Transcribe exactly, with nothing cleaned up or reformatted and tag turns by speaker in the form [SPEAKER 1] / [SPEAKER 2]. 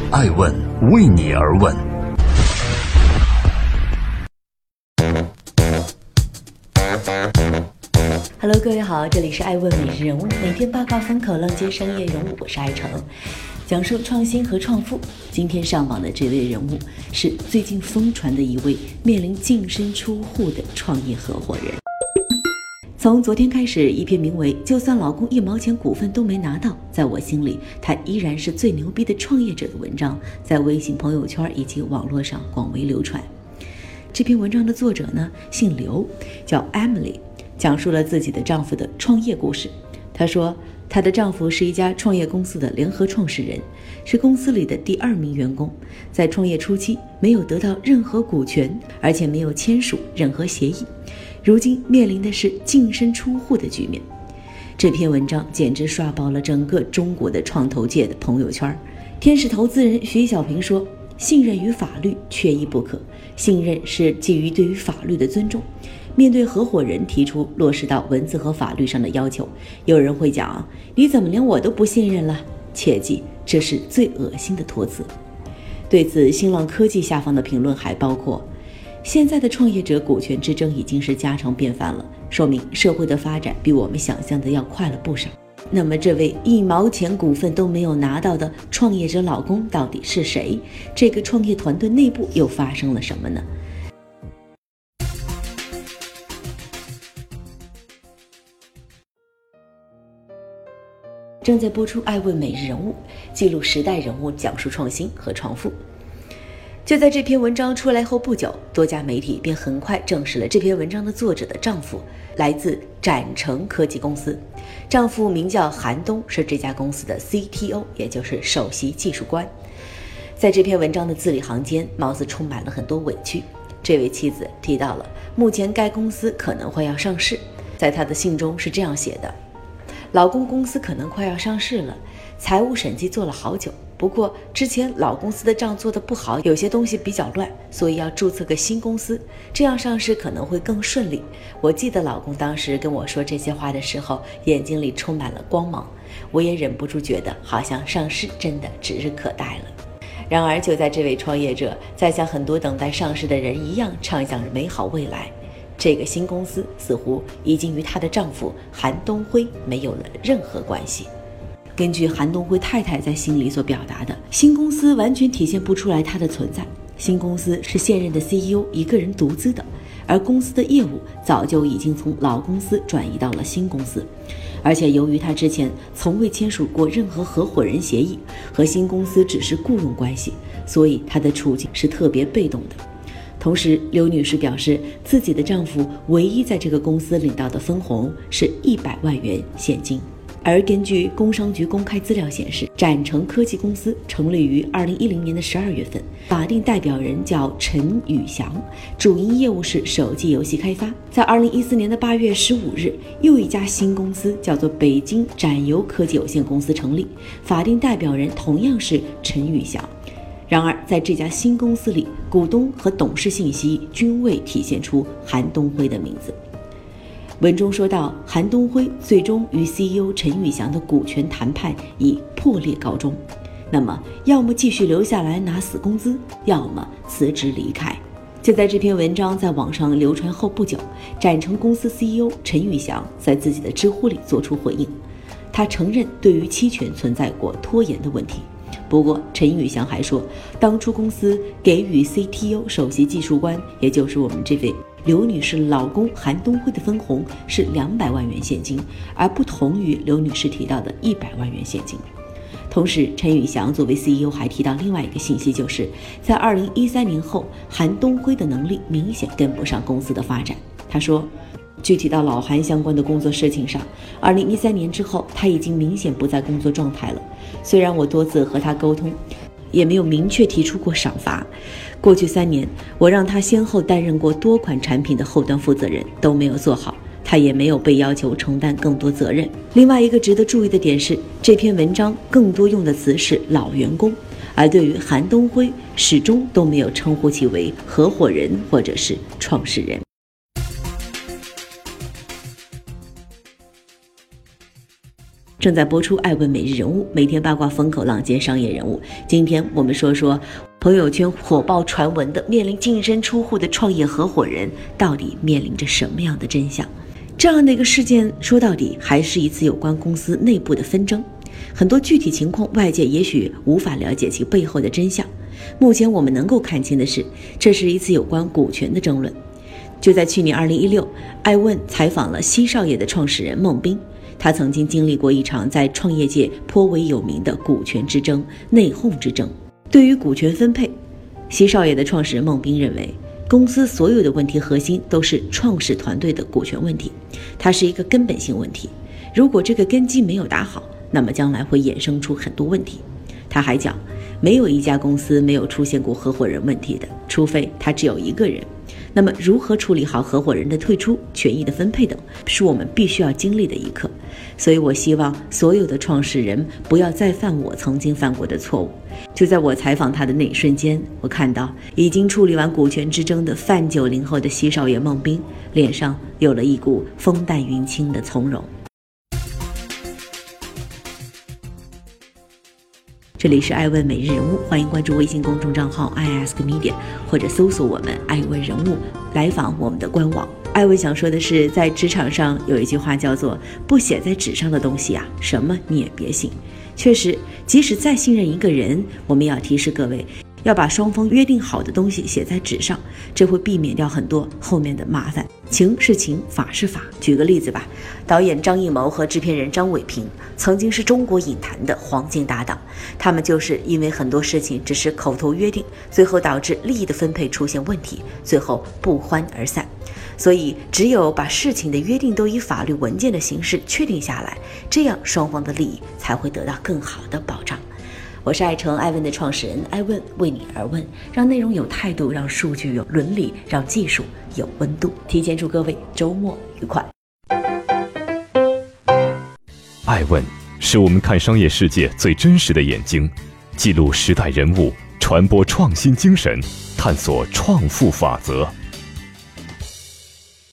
[SPEAKER 1] 爱问为你而问。
[SPEAKER 2] Hello， 各位好，这里是爱问每日人物，每天八卦风口浪尖商业人物，我是爱成，讲述创新和创富。今天上榜的这位人物是最近疯传的一位面临净身出户的创业合伙人。从昨天开始，一篇名为“就算老公一毛钱股份都没拿到，在我心里他依然是最牛逼的创业者”的文章，在微信朋友圈以及网络上广为流传。这篇文章的作者呢，姓刘，叫 Emily， 讲述了自己的丈夫的创业故事。她说，她的丈夫是一家创业公司的联合创始人，是公司里的第二名员工，在创业初期没有得到任何股权，而且没有签署任何协议，如今面临的是净身出户的局面。这篇文章简直刷爆了整个中国的创投界的朋友圈。天使投资人徐小平说，信任与法律缺一不可，信任是基于对于法律的尊重。面对合伙人提出落实到文字和法律上的要求，有人会讲，你怎么连我都不信任了？切记，这是最恶心的托词。对此，新浪科技下方的评论还包括，现在的创业者股权之争已经是家常便饭了，说明社会的发展比我们想象的要快了不少。那么这位一毛钱股份都没有拿到的创业者老公到底是谁？这个创业团队内部又发生了什么呢？正在播出爱问每日人物，记录时代人物，讲述创新和创富。就在这篇文章出来后不久，多家媒体便很快证实了这篇文章的作者的丈夫来自展成科技公司，丈夫名叫韩东，是这家公司的 C T O， 也就是首席技术官。在这篇文章的字里行间，貌似充满了很多委屈。这位妻子提到了目前该公司可能会要上市，在她的信中是这样写的，老公公司可能快要上市了，财务审计做了好久，不过之前老公司的账做得不好，有些东西比较乱，所以要注册个新公司，这样上市可能会更顺利。我记得老公当时跟我说这些话的时候，眼睛里充满了光芒，我也忍不住觉得好像上市真的指日可待了。然而就在这位创业者在像很多等待上市的人一样畅想着美好未来，这个新公司似乎已经与她的丈夫韩东辉没有了任何关系。根据韩东辉太太在信里所表达的，新公司完全体现不出来她的存在。新公司是现任的 C E O 一个人独资的，而公司的业务早就已经从老公司转移到了新公司。而且由于她之前从未签署过任何合伙人协议，和新公司只是雇佣关系，所以她的处境是特别被动的。同时，刘女士表示，自己的丈夫唯一在这个公司领到的分红是一百万元现金。而根据工商局公开资料显示，展成科技公司成立于二零一零年的十二月份，法定代表人叫陈宇翔，主营业务是手机游戏开发。在二零一四年的八月十五日，又一家新公司叫做北京展游科技有限公司成立，法定代表人同样是陈宇翔。然而在这家新公司里，股东和董事信息均未体现出韩东辉的名字。文中说到，韩东辉最终与 C E O 陈宇翔的股权谈判以破裂告终，那么要么继续留下来拿死工资，要么辞职离开。就在这篇文章在网上流传后不久，展成公司 C E O 陈宇翔在自己的知乎里做出回应，他承认对于期权存在过拖延的问题。不过陈宇翔还说，当初公司给予 C T O 首席技术官，也就是我们这位刘女士老公韩东辉的分红是两百万元现金，而不同于刘女士提到的一百万元现金。同时，陈宇翔作为 C E O 还提到另外一个信息，就是在二零一三年后，韩东辉的能力明显跟不上公司的发展。他说，具体到老韩相关的工作事情上，二零一三年之后，他已经明显不在工作状态了。虽然我多次和他沟通，也没有明确提出过赏罚。过去三年，我让他先后担任过多款产品的后端负责人，都没有做好，他也没有被要求承担更多责任。另外一个值得注意的点是，这篇文章更多用的词是老员工，而对于韩东辉，始终都没有称呼其为合伙人或者是创始人。 正在播出《爱问每日人物》，每天八卦风口浪尖商业人物。今天我们说说朋友圈火爆传闻的面临净身出户的创业合伙人，到底面临着什么样的真相？这样的一个事件，说到底还是一次有关公司内部的纷争。很多具体情况，外界也许无法了解其背后的真相。目前我们能够看清的是，这是一次有关股权的争论。就在去年二零一六，爱问采访了西少爷的创始人孟斌。他曾经经历过一场在创业界颇为有名的股权之争、内讧之争。对于股权分配，西少爷的创始人孟斌认为，公司所有的问题核心都是创始团队的股权问题，它是一个根本性问题。如果这个根基没有打好，那么将来会衍生出很多问题。他还讲，没有一家公司没有出现过合伙人问题的，除非他只有一个人。那么如何处理好合伙人的退出、权益的分配等，是我们必须要经历的一课。所以我希望所有的创始人不要再犯我曾经犯过的错误。就在我采访他的那一瞬间，我看到已经处理完股权之争的泛九零后的西少爷孟斌，脸上有了一股风淡云轻的从容。这里是爱问每日人物，欢迎关注微信公众账号 I ask media， 或者搜索我们爱问人物，来访我们的官网。爱问想说的是，在职场上有一句话叫做不写在纸上的东西啊，什么你也别信。确实，即使再信任一个人，我们也要提示各位，要把双方约定好的东西写在纸上，这会避免掉很多后面的麻烦。情是情，法是法。举个例子吧，导演张艺谋和制片人张伟平曾经是中国影坛的黄金搭档，他们就是因为很多事情只是口头约定，最后导致利益的分配出现问题，最后不欢而散。所以只有把事情的约定都以法律文件的形式确定下来，这样双方的利益才会得到更好的保障。我是爱成爱问的创始人爱问，为你而问，让内容有态度，让数据有伦理，让技术有温度。提前祝各位周末愉快。
[SPEAKER 1] 爱问是我们看商业世界最真实的眼睛，记录时代人物，传播创新精神，探索创富法则。